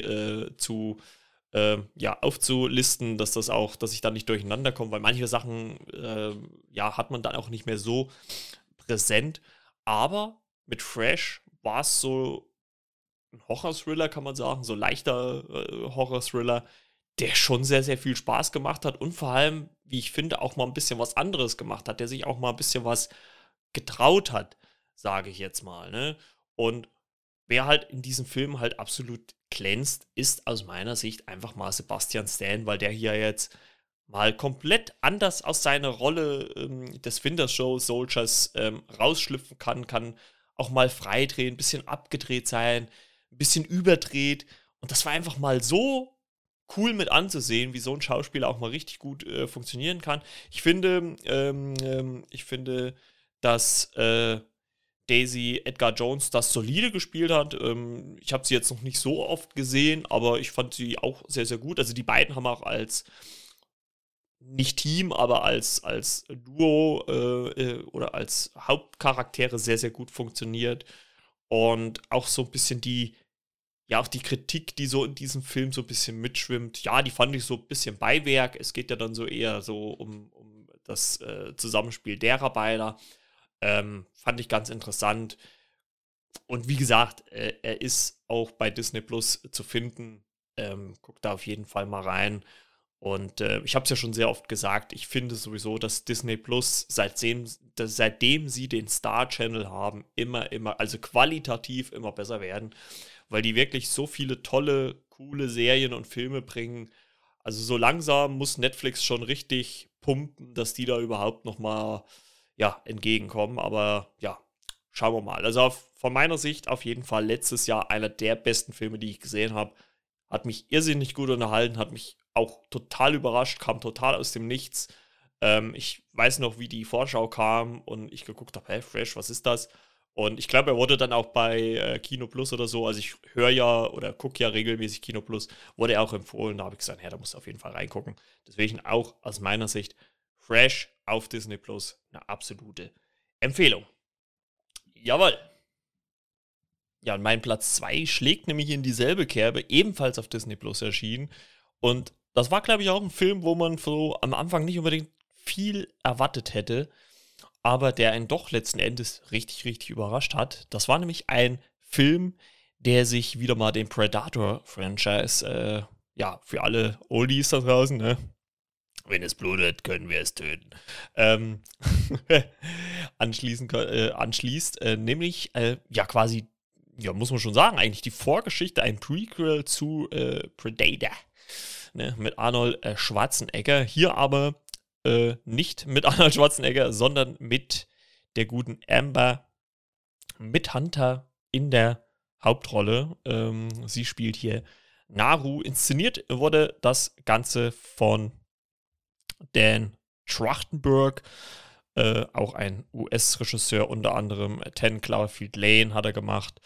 aufzulisten, dass ich da nicht durcheinander komme, weil manche Sachen hat man dann auch nicht mehr so präsent. Aber mit Fresh war es so ein Horror-Thriller, kann man sagen, so leichter Horror-Thriller, der schon sehr, sehr viel Spaß gemacht hat und vor allem, wie ich finde, auch mal ein bisschen was anderes gemacht hat, der sich auch mal ein bisschen was getraut hat, sage ich jetzt mal, ne? Und wer halt in diesem Film halt absolut glänzt, ist aus meiner Sicht einfach mal Sebastian Stan, weil der hier jetzt mal komplett anders aus seiner Rolle des Winter Soldiers rausschlüpfen kann auch mal freidrehen, ein bisschen abgedreht sein, ein bisschen überdreht. Und das war einfach mal so cool mit anzusehen, wie so ein Schauspieler auch mal richtig gut funktionieren kann. Ich finde, dass Daisy Edgar Jones das solide gespielt hat. Ich habe sie jetzt noch nicht so oft gesehen, aber ich fand sie auch sehr, sehr gut. Also die beiden haben auch als nicht Team, aber als Duo oder als Hauptcharaktere sehr, sehr gut funktioniert. Und auch so ein bisschen auch die Kritik, die so in diesem Film so ein bisschen mitschwimmt, ja, die fand ich so ein bisschen Beiwerk. Es geht ja dann so eher so um das Zusammenspiel derer beider. Fand ich ganz interessant. Und wie gesagt, er ist auch bei Disney Plus zu finden. Guckt da auf jeden Fall mal rein. Und ich habe es ja schon sehr oft gesagt, ich finde sowieso, dass Disney Plus, seitdem sie den Star Channel haben, immer, also qualitativ immer besser werden, weil die wirklich so viele tolle, coole Serien und Filme bringen. Also so langsam muss Netflix schon richtig pumpen, dass die da überhaupt nochmal, ja, entgegenkommen. Aber ja, schauen wir mal. Also von meiner Sicht auf jeden Fall letztes Jahr einer der besten Filme, die ich gesehen habe. Hat mich irrsinnig gut unterhalten, hat mich auch total überrascht, kam total aus dem Nichts. Ich weiß noch, wie die Vorschau kam und ich geguckt habe, hey, Fresh, was ist das? Und ich glaube, er wurde dann auch bei Kino Plus oder so, also ich höre ja oder gucke ja regelmäßig Kino Plus, wurde er auch empfohlen. Da habe ich gesagt, ja, da musst du auf jeden Fall reingucken. Deswegen auch aus meiner Sicht Fresh auf Disney Plus eine absolute Empfehlung. Jawohl. Ja, und mein Platz 2 schlägt nämlich in dieselbe Kerbe, ebenfalls auf Disney Plus erschienen. Und das war, glaube ich, auch ein Film, wo man so am Anfang nicht unbedingt viel erwartet hätte, aber der einen doch letzten Endes richtig, richtig überrascht hat. Das war nämlich ein Film, der sich wieder mal dem Predator-Franchise, ja, für alle Oldies da draußen, ne? Wenn es blutet, können wir es töten. Ähm, anschließt, nämlich, ja, quasi, ja, muss man schon sagen, eigentlich die Vorgeschichte, ein Prequel zu Predator, ne, mit Arnold Schwarzenegger. Hier aber nicht mit Arnold Schwarzenegger, sondern mit der guten Amber Midhunter in der Hauptrolle. Sie spielt hier Naru. Inszeniert wurde das Ganze von Dan Trachtenberg, auch ein US-Regisseur, unter anderem 10 Cloverfield Lane hat er gemacht.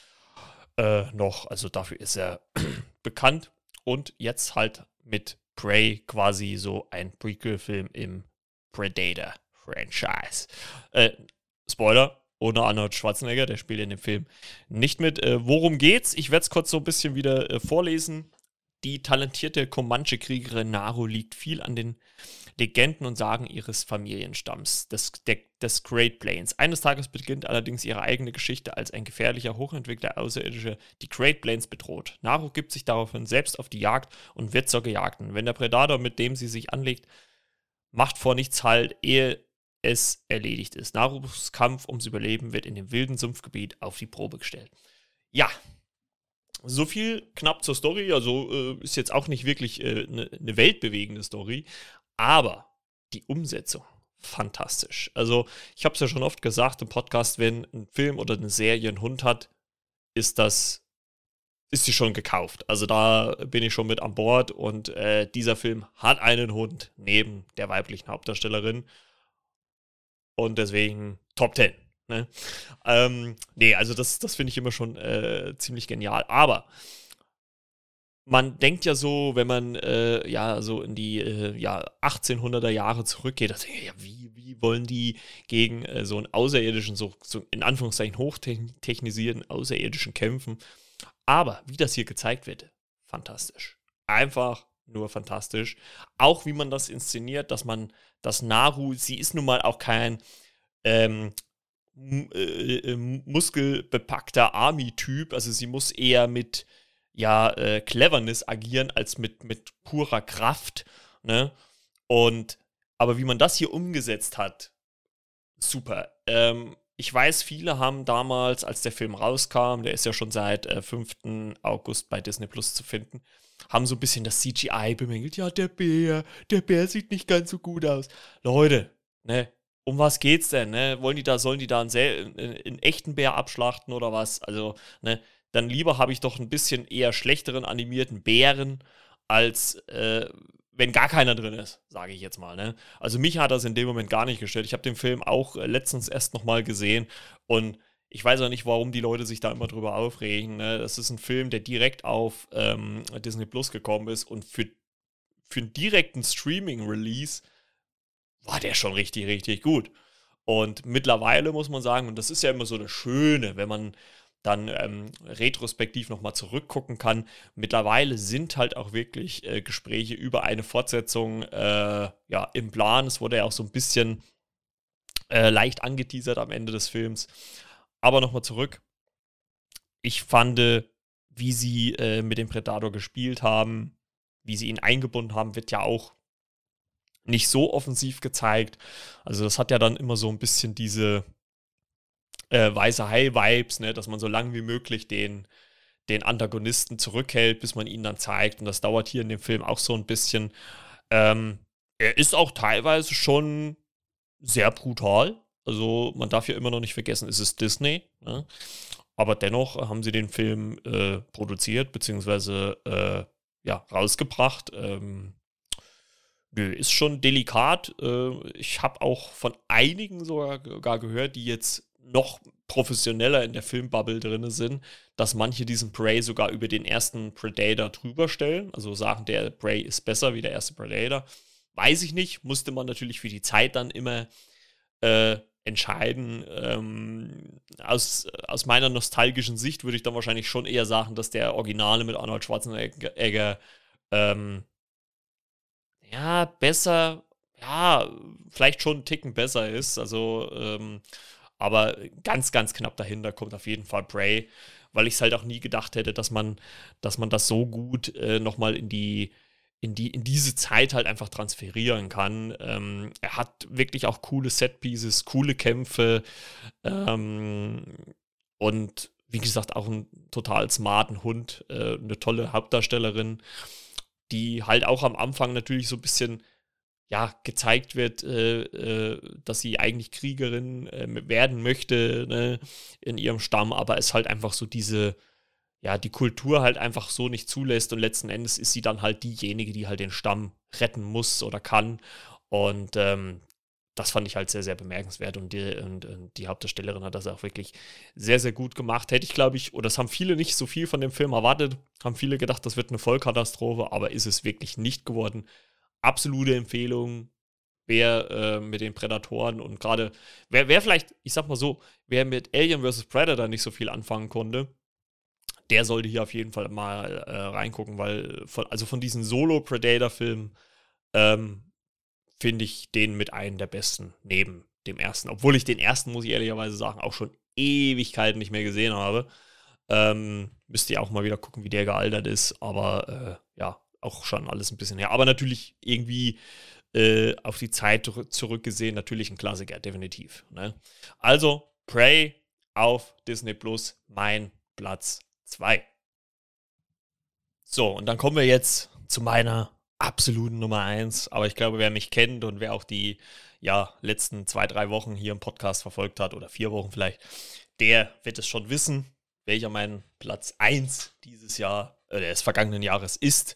Also dafür ist er bekannt. Und jetzt halt mit Prey quasi so ein Prequel-Film im Predator-Franchise. Spoiler, ohne Arnold Schwarzenegger, der spielt in dem Film nicht mit. Worum geht's? Ich werde es kurz so ein bisschen wieder vorlesen. Die talentierte Comanche-Kriegerin Naru liegt viel an den Legenden und Sagen ihres Familienstamms, des Great Plains. Eines Tages beginnt allerdings ihre eigene Geschichte, als ein gefährlicher, hochentwickelter Außerirdischer die Great Plains bedroht. Naru gibt sich daraufhin selbst auf die Jagd und wird zur Gejagten. Wenn der Predator, mit dem sie sich anlegt, macht vor nichts Halt, ehe es erledigt ist. Narus Kampf ums Überleben wird in dem wilden Sumpfgebiet auf die Probe gestellt. Ja, so viel knapp zur Story, also ist jetzt auch nicht wirklich eine weltbewegende Story, aber die Umsetzung, fantastisch. Also ich habe es ja schon oft gesagt im Podcast, wenn ein Film oder eine Serie einen Hund hat, ist sie schon gekauft. Also da bin ich schon mit an Bord und dieser Film hat einen Hund neben der weiblichen Hauptdarstellerin und deswegen Top 10. Ne? Nee, also das finde ich immer schon ziemlich genial. Aber man denkt ja so, wenn man ja so in die 1800er Jahre zurückgeht, dass ja, wie wollen die gegen so einen Außerirdischen, so in Anführungszeichen hochtechnisierten Außerirdischen kämpfen? Aber wie das hier gezeigt wird, fantastisch. Einfach nur fantastisch. Auch wie man das inszeniert, dass Naru, sie ist nun mal auch kein muskelbepackter Army-Typ. Also sie muss eher mit Cleverness agieren als mit purer Kraft. Ne? Aber wie man das hier umgesetzt hat, super. Ich weiß, viele haben damals, als der Film rauskam, der ist ja schon seit 5. August bei Disney Plus zu finden, haben so ein bisschen das CGI bemängelt. Ja, der Bär sieht nicht ganz so gut aus. Leute, ne? Um was geht's denn, ne? Sollen die da einen echten Bär abschlachten oder was? Also, ne? Dann lieber habe ich doch ein bisschen eher schlechteren animierten Bären, als wenn gar keiner drin ist, sage ich jetzt mal. Ne? Also mich hat das in dem Moment gar nicht gestört. Ich habe den Film auch letztens erst nochmal gesehen und ich weiß auch nicht, warum die Leute sich da immer drüber aufregen. Ne? Das ist ein Film, der direkt auf Disney Plus gekommen ist und für einen direkten Streaming-Release war der schon richtig, richtig gut. Und mittlerweile muss man sagen, und das ist ja immer so das Schöne, wenn man dann retrospektiv nochmal zurückgucken kann. Mittlerweile sind halt auch wirklich Gespräche über eine Fortsetzung im Plan. Es wurde ja auch so ein bisschen leicht angeteasert am Ende des Films. Aber nochmal zurück. Ich fand, wie sie mit dem Predator gespielt haben, wie sie ihn eingebunden haben, wird ja auch nicht so offensiv gezeigt. Also das hat ja dann immer so ein bisschen diese weiße Hai-Vibes, ne, dass man so lange wie möglich den Antagonisten zurückhält, bis man ihn dann zeigt. Und das dauert hier in dem Film auch so ein bisschen. Er ist auch teilweise schon sehr brutal. Also man darf ja immer noch nicht vergessen, es ist Disney. Ne? Aber dennoch haben sie den Film produziert, beziehungsweise rausgebracht. Ist schon delikat. Ich habe auch von einigen sogar gehört, die jetzt noch professioneller in der Filmbubble drin sind, dass manche diesen Prey sogar über den ersten Predator drüber stellen. Also sagen, der Prey ist besser wie der erste Predator. Weiß ich nicht. Musste man natürlich für die Zeit dann immer entscheiden. Aus meiner nostalgischen Sicht würde ich dann wahrscheinlich schon eher sagen, dass der Originale mit Arnold Schwarzenegger besser, vielleicht schon einen Ticken besser ist. Also, aber ganz, ganz knapp dahinter kommt auf jeden Fall Prey, weil ich es halt auch nie gedacht hätte, dass man das so gut nochmal in diese Zeit halt einfach transferieren kann. Er hat wirklich auch coole Setpieces, coole Kämpfe und wie gesagt auch einen total smarten Hund, eine tolle Hauptdarstellerin, die halt auch am Anfang natürlich so ein bisschen gezeigt wird, dass sie eigentlich Kriegerin werden möchte, ne, in ihrem Stamm, aber es halt einfach so die Kultur halt einfach so nicht zulässt und letzten Endes ist sie dann halt diejenige, die halt den Stamm retten muss oder kann und das fand ich halt sehr, sehr bemerkenswert und die Hauptdarstellerin hat das auch wirklich sehr, sehr gut gemacht. Hätte ich, glaube ich, oder es haben viele nicht so viel von dem Film erwartet, haben viele gedacht, das wird eine Vollkatastrophe, aber ist es wirklich nicht geworden. Absolute Empfehlung, wer mit den Predatoren und gerade, wer vielleicht, ich sag mal so, wer mit Alien vs. Predator nicht so viel anfangen konnte, der sollte hier auf jeden Fall mal reingucken, weil von diesen Solo-Predator-Filmen finde ich den mit einem der besten neben dem ersten. Obwohl ich den ersten, muss ich ehrlicherweise sagen, auch schon Ewigkeiten nicht mehr gesehen habe. Müsst ihr auch mal wieder gucken, wie der gealtert ist. Aber auch schon alles ein bisschen her. Aber natürlich irgendwie auf die Zeit zurückgesehen, natürlich ein Klassiker, definitiv. Ne? Also, Prey auf Disney Plus, mein Platz 2. So, und dann kommen wir jetzt zu meiner absoluten Nummer 1. Aber ich glaube, wer mich kennt und wer auch die letzten 2-3 Wochen hier im Podcast verfolgt hat, oder 4 Wochen vielleicht, der wird es schon wissen, welcher mein Platz 1 dieses Jahr, des vergangenen Jahres ist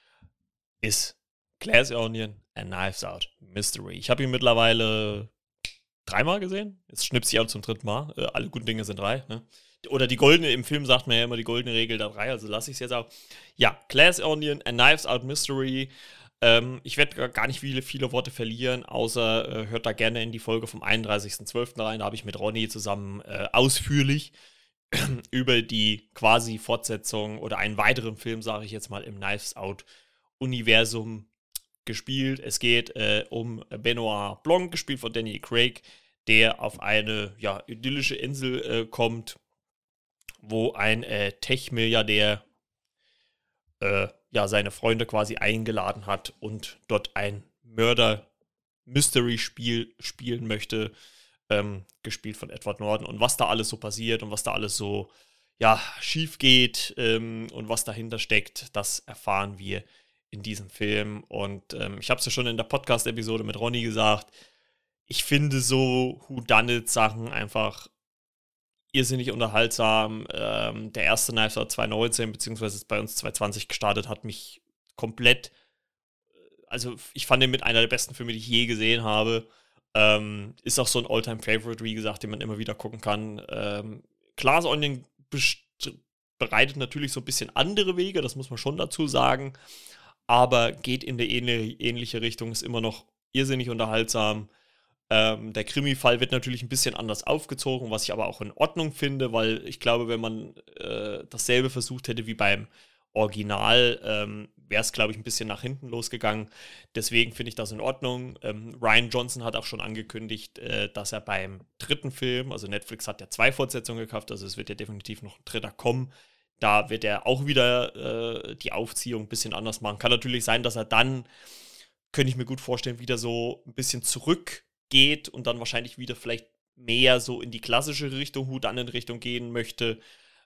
Glass Onion and Knives Out Mystery. Ich habe ihn mittlerweile 3-mal gesehen. Jetzt schnipse ich auch zum 3. Mal. Alle guten Dinge sind 3. Ne? Oder die goldene, im Film sagt man ja immer die goldene Regel der 3, also lasse ich es jetzt auch. Ja, Glass Onion and Knives Out Mystery. Ich werde gar nicht viele Worte verlieren, außer hört da gerne in die Folge vom 31.12. rein. Da habe ich mit Ronny zusammen ausführlich über die quasi Fortsetzung oder einen weiteren Film, sage ich jetzt mal, im Knives Out Universum gespielt. Es geht um Benoit Blanc, gespielt von Daniel Craig, der auf eine idyllische Insel kommt, wo ein Tech-Milliardär seine Freunde quasi eingeladen hat und dort ein Mörder-Mystery-Spiel spielen möchte, gespielt von Edward Norton. Und was da alles so passiert und was da alles so schief geht und was dahinter steckt, das erfahren wir in diesem Film. Und ich habe es ja schon in der Podcast-Episode mit Ronny gesagt, ich finde so Whodunit-Sachen einfach irrsinnig unterhaltsam. Der erste Knives Out 2019, beziehungsweise ist bei uns 2020 gestartet, hat mich komplett, also ich fand ihn mit einer der besten Filme, die ich je gesehen habe. Ist auch so ein All-Time-Favorite, wie gesagt, den man immer wieder gucken kann. Glass Onion bereitet natürlich so ein bisschen andere Wege, das muss man schon dazu sagen, aber geht in eine ähnliche Richtung, ist immer noch irrsinnig unterhaltsam. Der Krimi-Fall wird natürlich ein bisschen anders aufgezogen, was ich aber auch in Ordnung finde, weil ich glaube, wenn man dasselbe versucht hätte wie beim Original, wäre es, glaube ich, ein bisschen nach hinten losgegangen. Deswegen finde ich das in Ordnung. Rian Johnson hat auch schon angekündigt, dass er beim dritten Film, also Netflix hat ja 2 Fortsetzungen gekauft, also es wird ja definitiv noch ein dritter kommen. Da wird er auch wieder die Aufziehung ein bisschen anders machen. Kann natürlich sein, dass er dann, könnte ich mir gut vorstellen, wieder so ein bisschen zurückgeht und dann wahrscheinlich wieder vielleicht mehr so in die klassische Richtung, Whodunit-Richtung gehen möchte.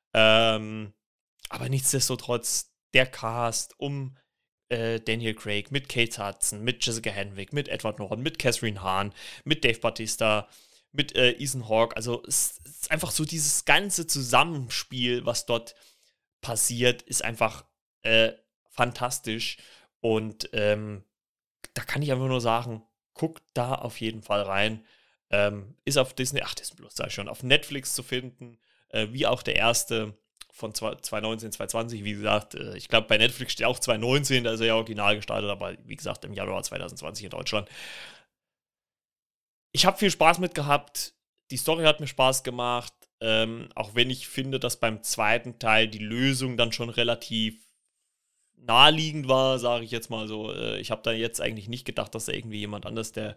Aber nichtsdestotrotz, der Cast um Daniel Craig, mit Kate Hudson, mit Jessica Henwick, mit Edward Norton, mit Catherine Hahn, mit Dave Bautista, mit Ethan Hawke. Also es ist einfach so dieses ganze Zusammenspiel, was dort passiert, ist einfach fantastisch. Und da kann ich einfach nur sagen, guckt da auf jeden Fall rein. Ist auf Disney Plus, sag ich schon, auf Netflix zu finden, wie auch der erste von 2019, 2020. Wie gesagt, ich glaube, bei Netflix steht auch 2019, da ist er ja original gestartet, aber wie gesagt, im Januar 2020 in Deutschland. Ich habe viel Spaß mit gehabt. Die Story hat mir Spaß gemacht. Auch wenn ich finde, dass beim zweiten Teil die Lösung dann schon relativ naheliegend war, sage ich jetzt mal so. Ich habe da jetzt eigentlich nicht gedacht, dass da irgendwie jemand anders der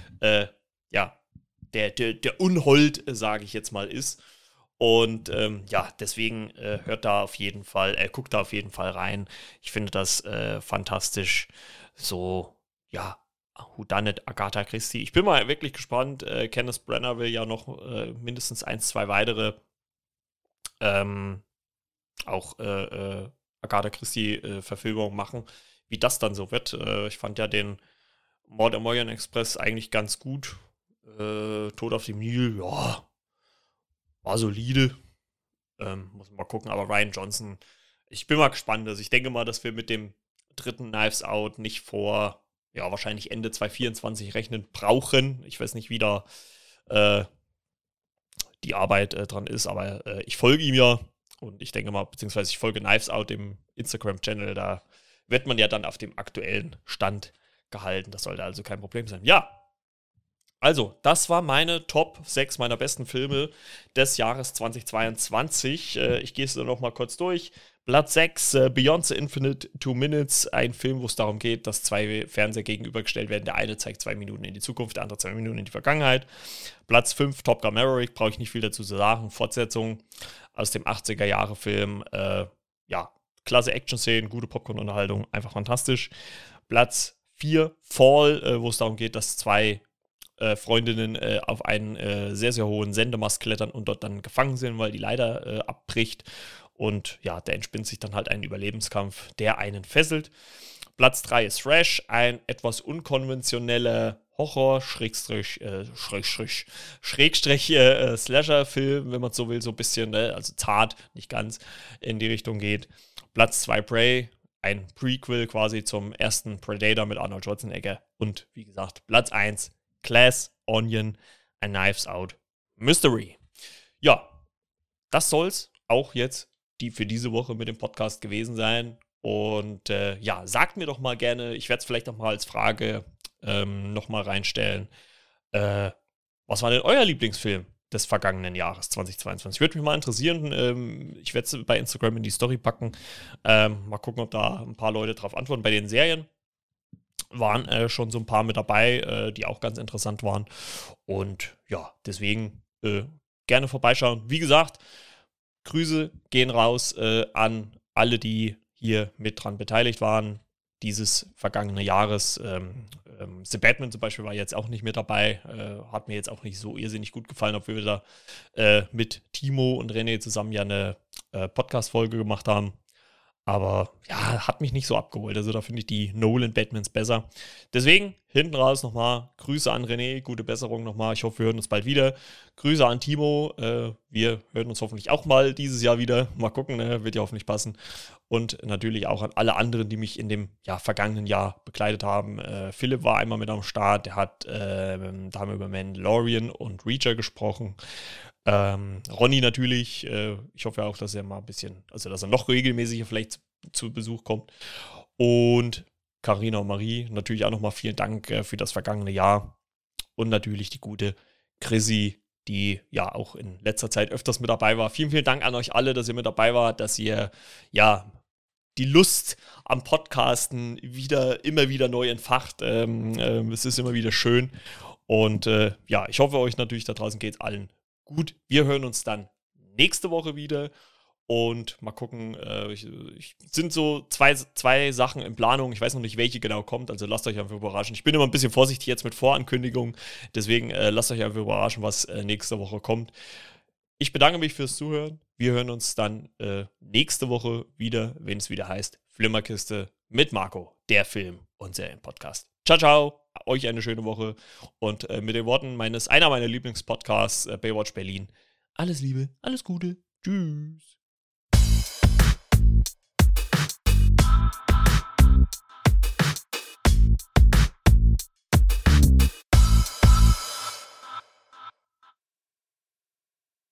Unhold, sage ich jetzt mal, ist. Und deswegen guckt da auf jeden Fall rein. Ich finde das fantastisch. So, ja, Whodunit, Agatha Christie. Ich bin mal wirklich gespannt. Kenneth Branagh will ja noch mindestens 1, 2 weitere auch Agatha Christie-Verfilmungen machen. Wie das dann so wird. Ich fand ja den Mord am Orient Express eigentlich ganz gut. Tod auf dem Nil, ja, war solide. Muss man mal gucken, aber Rian Johnson, ich bin mal gespannt. Also ich denke mal, dass wir mit dem dritten Knives Out nicht vor, ja, wahrscheinlich Ende 2024 rechnen brauchen. Ich weiß nicht, wie da die Arbeit dran ist, aber ich folge ihm ja und ich denke mal, beziehungsweise ich folge Knives Out, dem Instagram-Channel, da wird man ja dann auf dem aktuellen Stand gehalten. Das sollte also kein Problem sein. Ja, also, das war meine Top 6 meiner besten Filme des Jahres 2022. Ich gehe es dann noch mal kurz durch. Platz 6, Beyond the Infinite 2 Minutes, ein Film, wo es darum geht, dass 2 Fernseher gegenübergestellt werden. Der eine zeigt 2 Minuten in die Zukunft, der andere 2 Minuten in die Vergangenheit. Platz 5, Top Gun Maverick, brauche ich nicht viel dazu zu sagen. Fortsetzung aus dem 80er-Jahre-Film. Klasse Action-Szenen, gute Popcorn-Unterhaltung, einfach fantastisch. Platz 4, Fall, wo es darum geht, dass 2 Freundinnen auf einen sehr, sehr hohen Sendemast klettern und dort dann gefangen sind, weil die Leiter abbricht. Und ja, da entspinnt sich dann halt ein Überlebenskampf, der einen fesselt. Platz 3 ist Thrash, ein etwas unkonventioneller Horror, Slasher-Film, wenn man so will, so ein bisschen, ne? Also zart, nicht ganz in die Richtung geht. Platz 2 Prey, ein Prequel quasi zum ersten Predator mit Arnold Schwarzenegger. Und wie gesagt, Platz 1 Glass Onion, a Knives Out Mystery. Ja, das soll's auch jetzt für diese Woche mit dem Podcast gewesen sein. Und sagt mir doch mal gerne, ich werde es vielleicht noch mal als Frage noch mal reinstellen. Was war denn euer Lieblingsfilm des vergangenen Jahres 2022? Würde mich mal interessieren. Ich werde es bei Instagram in die Story packen. Mal gucken, ob da ein paar Leute drauf antworten. Bei den Serien waren schon so ein paar mit dabei, die auch ganz interessant waren. Und ja, deswegen gerne vorbeischauen. Wie gesagt, Grüße gehen raus an alle, die hier mit dran beteiligt waren, dieses vergangene Jahres. The Batman zum Beispiel war jetzt auch nicht mit dabei, hat mir jetzt auch nicht so irrsinnig gut gefallen, obwohl wir da mit Timo und René zusammen ja eine Podcast-Folge gemacht haben. Aber ja, hat mich nicht so abgeholt. Also da finde ich die Nolan-Batmans besser. Deswegen hinten raus nochmal Grüße an René, gute Besserung nochmal. Ich hoffe, wir hören uns bald wieder. Grüße an Timo. Wir hören uns hoffentlich auch mal dieses Jahr wieder. Mal gucken, ne? Wird ja hoffentlich passen. Und natürlich auch an alle anderen, die mich in dem vergangenen Jahr begleitet haben. Philipp war einmal mit am Start. Da haben wir über Mandalorian und Reacher gesprochen. Ronny natürlich, ich hoffe auch, dass er mal ein bisschen, also dass er noch regelmäßiger vielleicht zu Besuch kommt. Und Carina und Marie, natürlich auch nochmal vielen Dank für das vergangene Jahr. und natürlich die gute Chrissy, die ja auch in letzter Zeit öfters mit dabei war. Vielen, vielen Dank an euch alle, dass ihr mit dabei wart, dass ihr ja die Lust am Podcasten immer wieder neu entfacht. Es ist immer wieder schön. Und ja, ich hoffe, euch natürlich da draußen geht es allen gut. Wir hören uns dann nächste Woche wieder. Und mal gucken, sind so zwei Sachen in Planung. Ich weiß noch nicht, welche genau kommt, also lasst euch einfach überraschen. Ich bin immer ein bisschen vorsichtig jetzt mit Vorankündigungen, deswegen lasst euch einfach überraschen, was nächste Woche kommt. Ich bedanke mich fürs Zuhören. Wir hören uns dann nächste Woche wieder, wenn es wieder heißt Flimmerkiste mit Marco, der Film- und Serienpodcast. Ciao, ciao, euch eine schöne Woche und mit den Worten einer meiner Lieblingspodcasts, Baywatch Berlin, alles Liebe, alles Gute, tschüss.